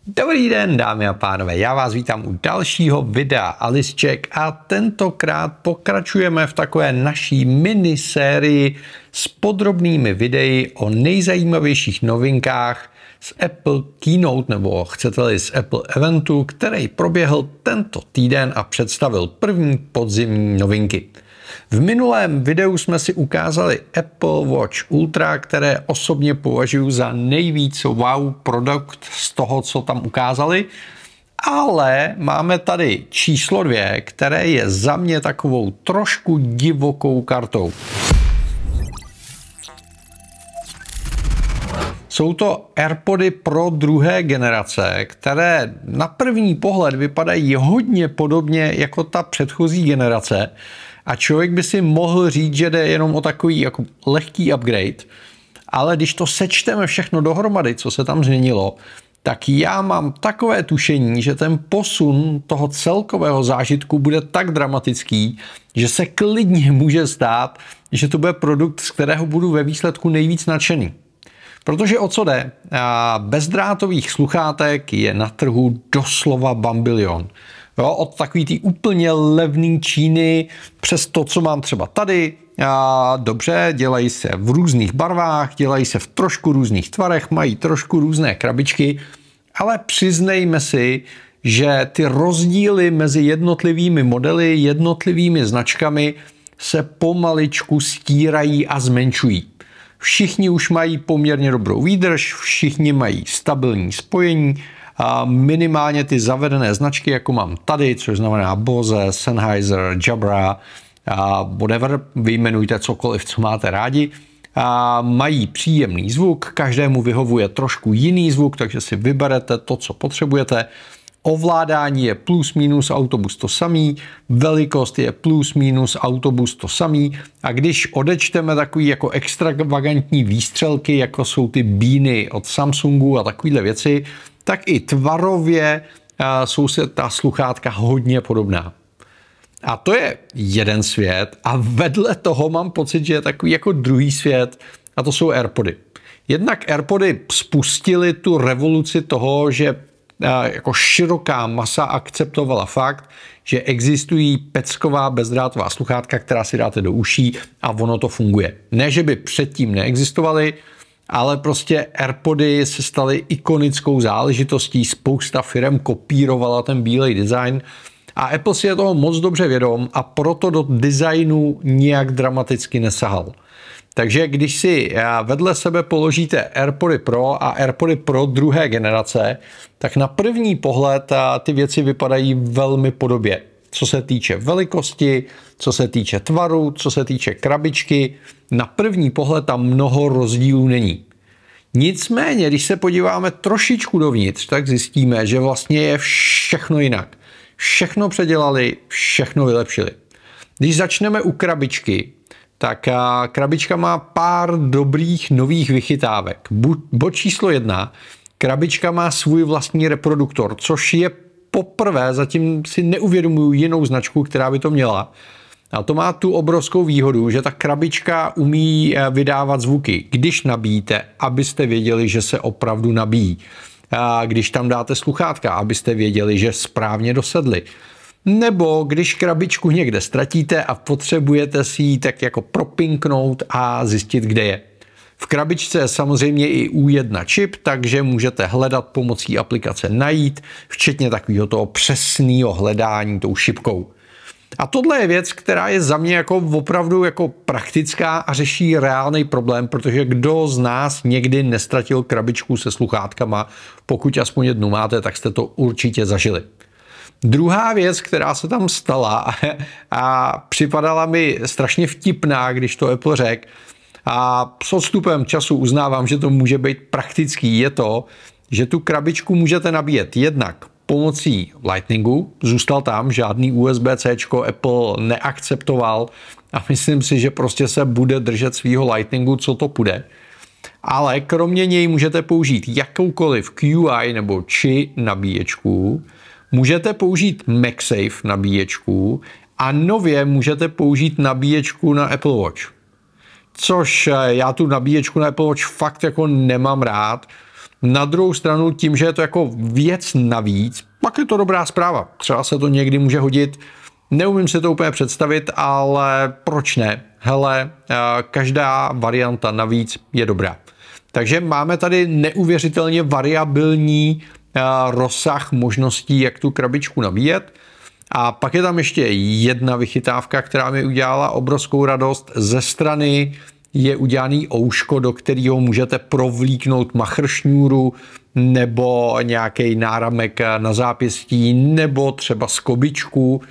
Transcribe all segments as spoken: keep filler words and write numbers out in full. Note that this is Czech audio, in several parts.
Dobrý den, dámy a pánové, já vás vítám u dalšího videa Alice Check a tentokrát pokračujeme v takové naší minisérii s podrobnými videi o nejzajímavějších novinkách z Apple Keynote, nebo chcete-li z Apple Eventu, který proběhl tento týden a představil první podzimní novinky. V minulém videu jsme si ukázali Apple Watch Ultra, které osobně považuji za nejvíc wow produkt z toho, co tam ukázali, ale máme tady číslo dvě, které je za mě takovou trošku divokou kartou. Jsou to AirPody Pro druhé generace, které na první pohled vypadají hodně podobně jako ta předchozí generace a člověk by si mohl říct, že jde jenom o takový jako lehký upgrade, ale když to sečteme všechno dohromady, co se tam změnilo, tak já mám takové tušení, že ten posun toho celkového zážitku bude tak dramatický, že se klidně může stát, že to bude produkt, z kterého budu ve výsledku nejvíc nadšený. Protože o co jde? Bezdrátových sluchátek je na trhu doslova bambilion. Jo, od takový ty úplně levný Číny přes to, co mám třeba tady. A dobře, dělají se v různých barvách, dělají se v trošku různých tvarech, mají trošku různé krabičky, ale přiznejme si, že ty rozdíly mezi jednotlivými modely, jednotlivými značkami se pomaličku stírají a zmenšují. Všichni už mají poměrně dobrou výdrž, všichni mají stabilní spojení, a minimálně ty zavedené značky, jako mám tady, což znamená Bose, Sennheiser, Jabra, a whatever, vyjmenujte cokoliv, co máte rádi, a mají příjemný zvuk, každému vyhovuje trošku jiný zvuk, takže si vyberete to, co potřebujete. Ovládání je plus minus autobus to samý, velikost je plus minus autobus to samý a když odečteme takový jako extravagantní výstřelky, jako jsou ty Beany od Samsungu a takovéhle věci, tak i tvarově jsou se ta sluchátka hodně podobná. A to je jeden svět a vedle toho mám pocit, že je takový jako druhý svět a to jsou AirPody. Jednak AirPody spustili tu revoluci toho, že jako široká masa akceptovala fakt, že existují pecková bezdrátová sluchátka, která si dáte do uší a ono to funguje. Ne, že by předtím neexistovaly, ale prostě AirPody se staly ikonickou záležitostí, spousta firem kopírovala ten bílej design a Apple si je toho moc dobře vědom a proto do designu nijak dramaticky nesahal. Takže když si vedle sebe položíte AirPody Pro a AirPody Pro druhé generace, tak na první pohled ty věci vypadají velmi podobně. Co se týče velikosti, co se týče tvaru, co se týče krabičky, na první pohled tam mnoho rozdílů není. Nicméně, když se podíváme trošičku dovnitř, tak zjistíme, že vlastně je všechno jinak. Všechno předělali, všechno vylepšili. Když začneme u krabičky, tak krabička má pár dobrých nových vychytávek. Bod číslo jedna, krabička má svůj vlastní reproduktor, což je poprvé, zatím si neuvědomuji jinou značku, která by to měla. A to má tu obrovskou výhodu, že ta krabička umí vydávat zvuky, když nabíjíte, abyste věděli, že se opravdu nabíjí. A když tam dáte sluchátka, abyste věděli, že správně dosedli. Nebo když krabičku někde ztratíte a potřebujete si ji tak jako propinknout a zjistit, kde je. V krabičce je samozřejmě i U jedna čip, takže můžete hledat pomocí aplikace najít, včetně takového toho přesného hledání tou šipkou. A tohle je věc, která je za mě jako opravdu jako praktická a řeší reálný problém, protože kdo z nás někdy nestratil krabičku se sluchátkama, pokud aspoň jednu máte, tak jste to určitě zažili. Druhá věc, která se tam stala a připadala mi strašně vtipná, když to Apple řekl, a s odstupem času uznávám, že to může být praktický, je to, že tu krabičku můžete nabíjet jednak pomocí Lightningu, zůstal tam, žádný U S B C Apple neakceptoval a myslím si, že prostě se bude držet svýho Lightningu, co to půjde. Ale kromě něj můžete použít jakoukoliv Q I nebo či nabíječku, můžete použít MagSafe nabíječku a nově můžete použít nabíječku na Apple Watch. Což já tu nabíječku na Apple Watch fakt jako nemám rád, Na druhou stranu tím, že je to jako věc navíc, pak je to dobrá zpráva. Třeba se to někdy může hodit. Neumím si to úplně představit, ale proč ne? Hele, každá varianta navíc je dobrá. Takže máme tady neuvěřitelně variabilní rozsah možností, jak tu krabičku nabíjet. A pak je tam ještě jedna vychytávka, která mi udělala obrovskou radost. Ze strany je udělaný ouško, do kterého můžete provlíknout machršňůru nebo nějaký náramek na zápěstí nebo třeba skobičku,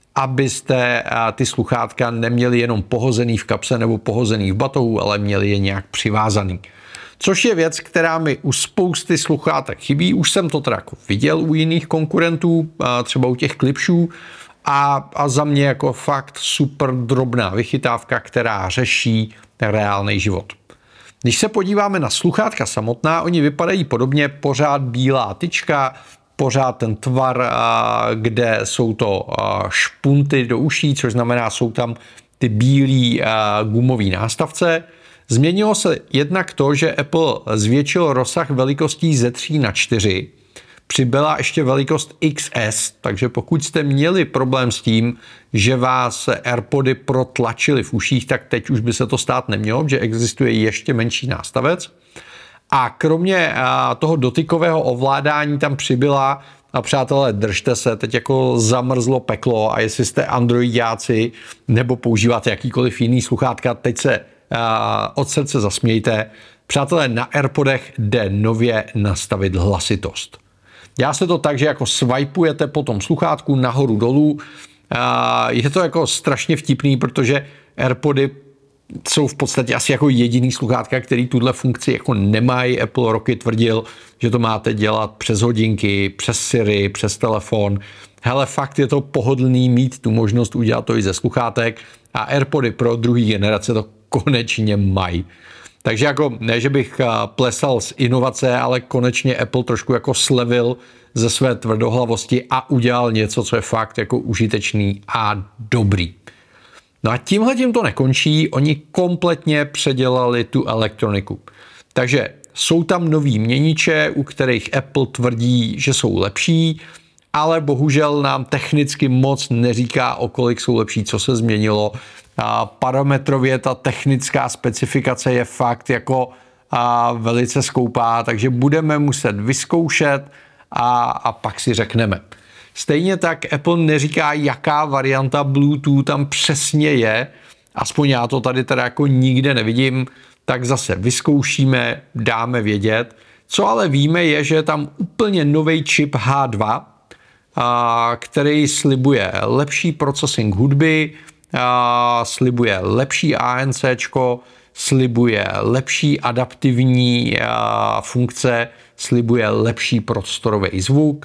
abyste ty sluchátka neměli jenom pohozený v kapse nebo pohozený v batohu, ale měli je nějak přivázaný. Což je věc, která mi u spousty sluchátek chybí. Už jsem to teda jako viděl u jiných konkurentů, třeba u těch klipšů, a, a za mě jako fakt super drobná vychytávka, která řeší reálný život. Když se podíváme na sluchátka samotná, oni vypadají podobně, pořád bílá tyčka, pořád ten tvar, kde jsou to špunty do uší, což znamená, jsou tam ty bílý gumový nástavce. Změnilo se jednak to, že Apple zvětšil rozsah velikostí ze tří na čtyři, přibyla ještě velikost X S, takže pokud jste měli problém s tím, že vás AirPody protlačily v uších, tak teď už by se to stát nemělo, že existuje ještě menší nástavec. A kromě toho dotykového ovládání tam přibyla, a přátelé, držte se, teď jako zamrzlo peklo, a jestli jste androidiáci nebo používáte jakýkoliv jiný sluchátka, teď se od srdce zasmějte. Přátelé, na AirPodech jde nově nastavit hlasitost. Dělá se to tak, že jako swipeujete po tom sluchátku nahoru dolů. Je to jako strašně vtipný, protože AirPody jsou v podstatě asi jako jediný sluchátka, který tuhle funkci jako nemají. Apple roky tvrdil, že to máte dělat přes hodinky, přes Siri, přes telefon. Hele, fakt je to pohodlný mít tu možnost udělat to i ze sluchátek, a AirPody Pro druhé generace to konečně mají. Takže jako ne, že bych plesal z inovace, ale konečně Apple trošku jako slevil ze své tvrdohlavosti a udělal něco, co je fakt jako užitečný a dobrý. No a tímhletím to nekončí, oni kompletně předělali tu elektroniku. Takže jsou tam nový měniče, u kterých Apple tvrdí, že jsou lepší, ale bohužel nám technicky moc neříká, o kolik jsou lepší, co se změnilo. A parametrově ta technická specifikace je fakt jako a, velice skoupá, takže budeme muset vyzkoušet a, a pak si řekneme. Stejně tak Apple neříká, jaká varianta Bluetooth tam přesně je, aspoň já to tady teda jako nikde nevidím, tak zase vyzkoušíme, dáme vědět. Co ale víme je, že je tam úplně nový čip H dva, a, který slibuje lepší processing hudby, a, slibuje lepší ANCčko, slibuje lepší adaptivní a, funkce, slibuje lepší prostorový zvuk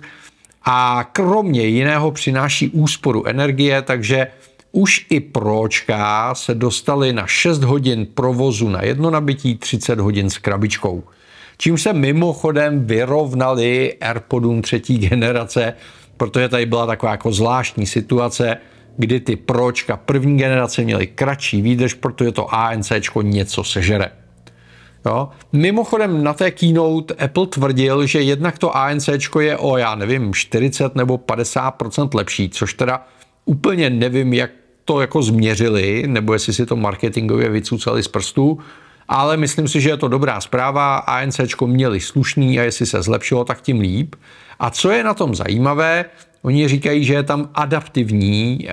a kromě jiného přináší úsporu energie, takže už i Pročka se dostali na šest hodin provozu na jedno nabití, třicet hodin s krabičkou. Čím se mimochodem vyrovnali AirPodům třetí generace, protože tady byla taková jako zvláštní situace, kdy ty Pročka první generace měly kratší výdrž, protože to ANCčko něco sežere. Jo? Mimochodem na té keynote Apple tvrdil, že jednak to ANCčko je o, já nevím, čtyřicet nebo padesát procent lepší, což teda úplně nevím, jak to jako změřili, nebo jestli si to marketingově vycucali z prstů, ale myslím si, že je to dobrá zpráva. ANCčko měli slušný a jestli se zlepšilo, tak tím líp. A co je na tom zajímavé, oni říkají, že je tam adaptivní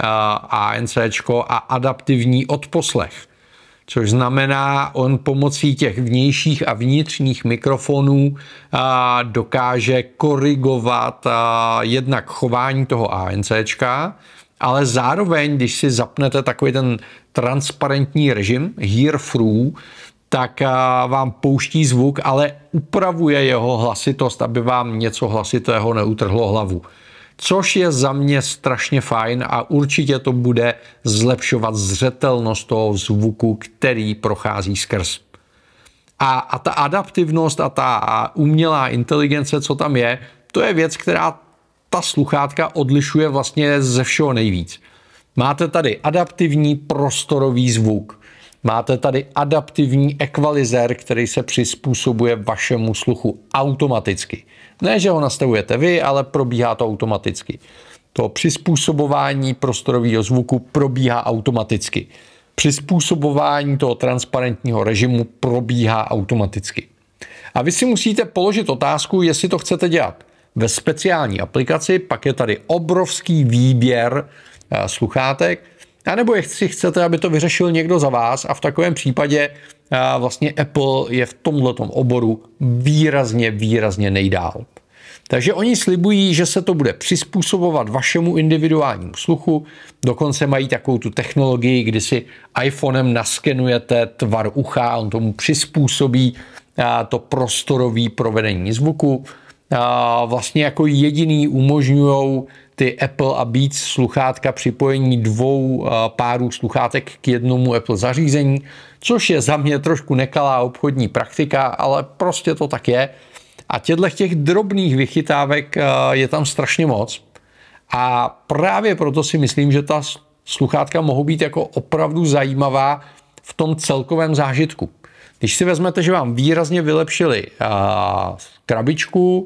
ANCčko a adaptivní odposlech. Což znamená, on pomocí těch vnějších a vnitřních mikrofonů a, dokáže korigovat a, jednak chování toho ANCčka, ale zároveň, když si zapnete takový ten transparentní režim, hear through, tak a, vám pouští zvuk, ale upravuje jeho hlasitost, aby vám něco hlasitého neutrhlo hlavu. Což je za mě strašně fajn a určitě to bude zlepšovat zřetelnost toho zvuku, který prochází skrz. A, a ta adaptivnost a ta umělá inteligence, co tam je, to je věc, která ta sluchátka odlišuje vlastně ze všeho nejvíc. Máte tady adaptivní prostorový zvuk. Máte tady adaptivní ekvalizér, který se přizpůsobuje vašemu sluchu automaticky. Ne, že ho nastavujete vy, ale probíhá to automaticky. To přizpůsobování prostorového zvuku probíhá automaticky. Přizpůsobování toho transparentního režimu probíhá automaticky. A vy si musíte položit otázku, jestli to chcete dělat ve speciální aplikaci, pak je tady obrovský výběr sluchátek, anebo jestli chcete, aby to vyřešil někdo za vás, a v takovém případě vlastně Apple je v tomhletom oboru výrazně, výrazně nejdál. Takže oni slibují, že se to bude přizpůsobovat vašemu individuálnímu sluchu, dokonce mají takovou tu technologii, kdy si iPhonem naskenujete tvar ucha, on tomu přizpůsobí to prostorové provedení zvuku. Vlastně jako jediný umožňují ty Apple a Beats sluchátka připojení dvou párů sluchátek k jednomu Apple zařízení, což je za mě trošku nekalá obchodní praktika, ale prostě to tak je. A těchto těch drobných vychytávek je tam strašně moc. A právě proto si myslím, že ta sluchátka mohou být jako opravdu zajímavá v tom celkovém zážitku. Když si vezmete, že vám výrazně vylepšili a, krabičku,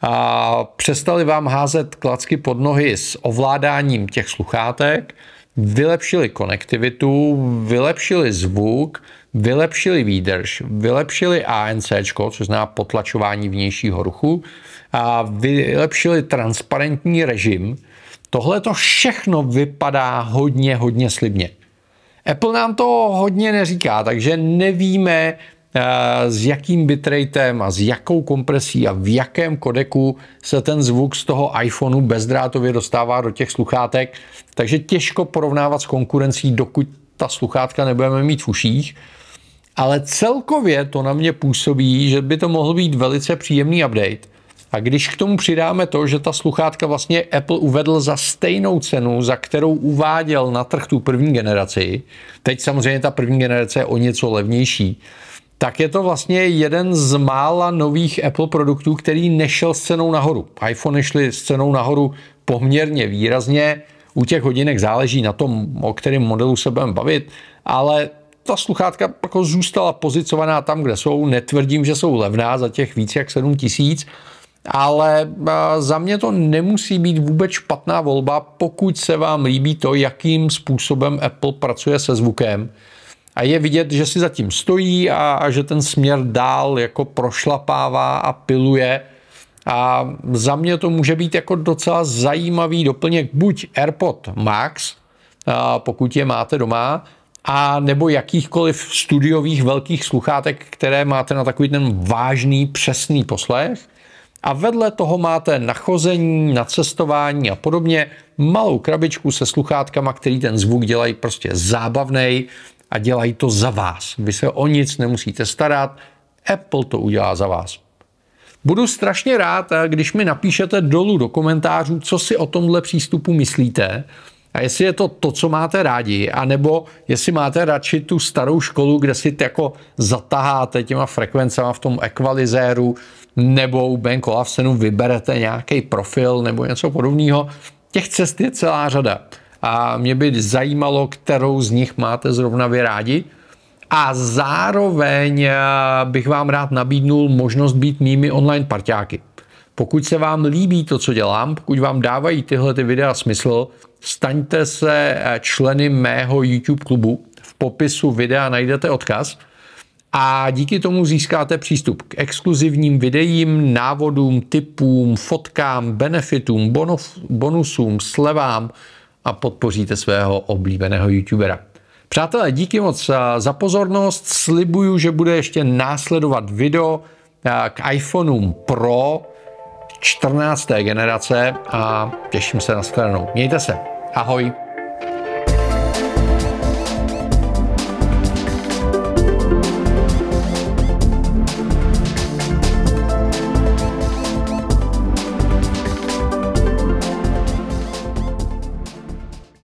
a přestali vám házet klacky pod nohy s ovládáním těch sluchátek, vylepšili konektivitu, vylepšili zvuk, vylepšili výdrž, vylepšili A N C, což znamená potlačování vnějšího ruchu, a vylepšili transparentní režim. Tohle to všechno vypadá hodně, hodně slibně. Apple nám to hodně neříká, takže nevíme, s jakým bitratem a s jakou kompresí a v jakém kodeku se ten zvuk z toho iPhoneu bezdrátově dostává do těch sluchátek, takže těžko porovnávat s konkurencí, dokud ta sluchátka nebudeme mít v uších. Ale celkově to na mě působí, že by to mohl být velice příjemný update. A když k tomu přidáme to, že ta sluchátka vlastně Apple uvedl za stejnou cenu, za kterou uváděl na trh tu první generaci, teď samozřejmě ta první generace je o něco levnější, tak je to vlastně jeden z mála nových Apple produktů, který nešel s cenou nahoru. iPhone šly s cenou nahoru poměrně výrazně, u těch hodinek záleží na tom, o kterém modelu se budeme bavit, ale ta sluchátka jako zůstala pozicovaná tam, kde jsou. Netvrdím, že jsou levná za těch víc jak sedm tisíc, ale za mě to nemusí být vůbec špatná volba, pokud se vám líbí to, jakým způsobem Apple pracuje se zvukem. A je vidět, že si zatím stojí a, a že ten směr dál jako prošlapává a piluje. A za mě to může být jako docela zajímavý doplněk buď AirPod Max, pokud je máte doma, a nebo jakýchkoliv studiových velkých sluchátek, které máte na takový ten vážný, přesný poslech. A vedle toho máte na chození, na cestování a podobně malou krabičku se sluchátkama, který ten zvuk dělají prostě zábavnej a dělají to za vás. Vy se o nic nemusíte starat, Apple to udělá za vás. Budu strašně rád, když mi napíšete dolů do komentářů, co si o tomhle přístupu myslíte a jestli je to to, co máte rádi, anebo jestli máte radši tu starou školu, kde si jako zataháte těma frekvencema v tom ekvalizéru, nebo u Ben Olufsenu vyberete nějaký profil nebo něco podobného. Těch cest je celá řada. A mě by zajímalo, kterou z nich máte zrovna vy rádi. A zároveň bych vám rád nabídnul možnost být mými online parťáky. Pokud se vám líbí to, co dělám, pokud vám dávají tyhle ty videa smysl, staňte se členy mého YouTube klubu. V popisu videa najdete odkaz a díky tomu získáte přístup k exkluzivním videím, návodům, tipům, fotkám, benefitům, bonus, bonusům, slevám a podpoříte svého oblíbeného YouTubera. Přátelé, díky moc za pozornost. Slibuju, že bude ještě následovat video k iPhoneům Pro čtrnácté generace a těším se na shledanou. Mějte se. Ahoj.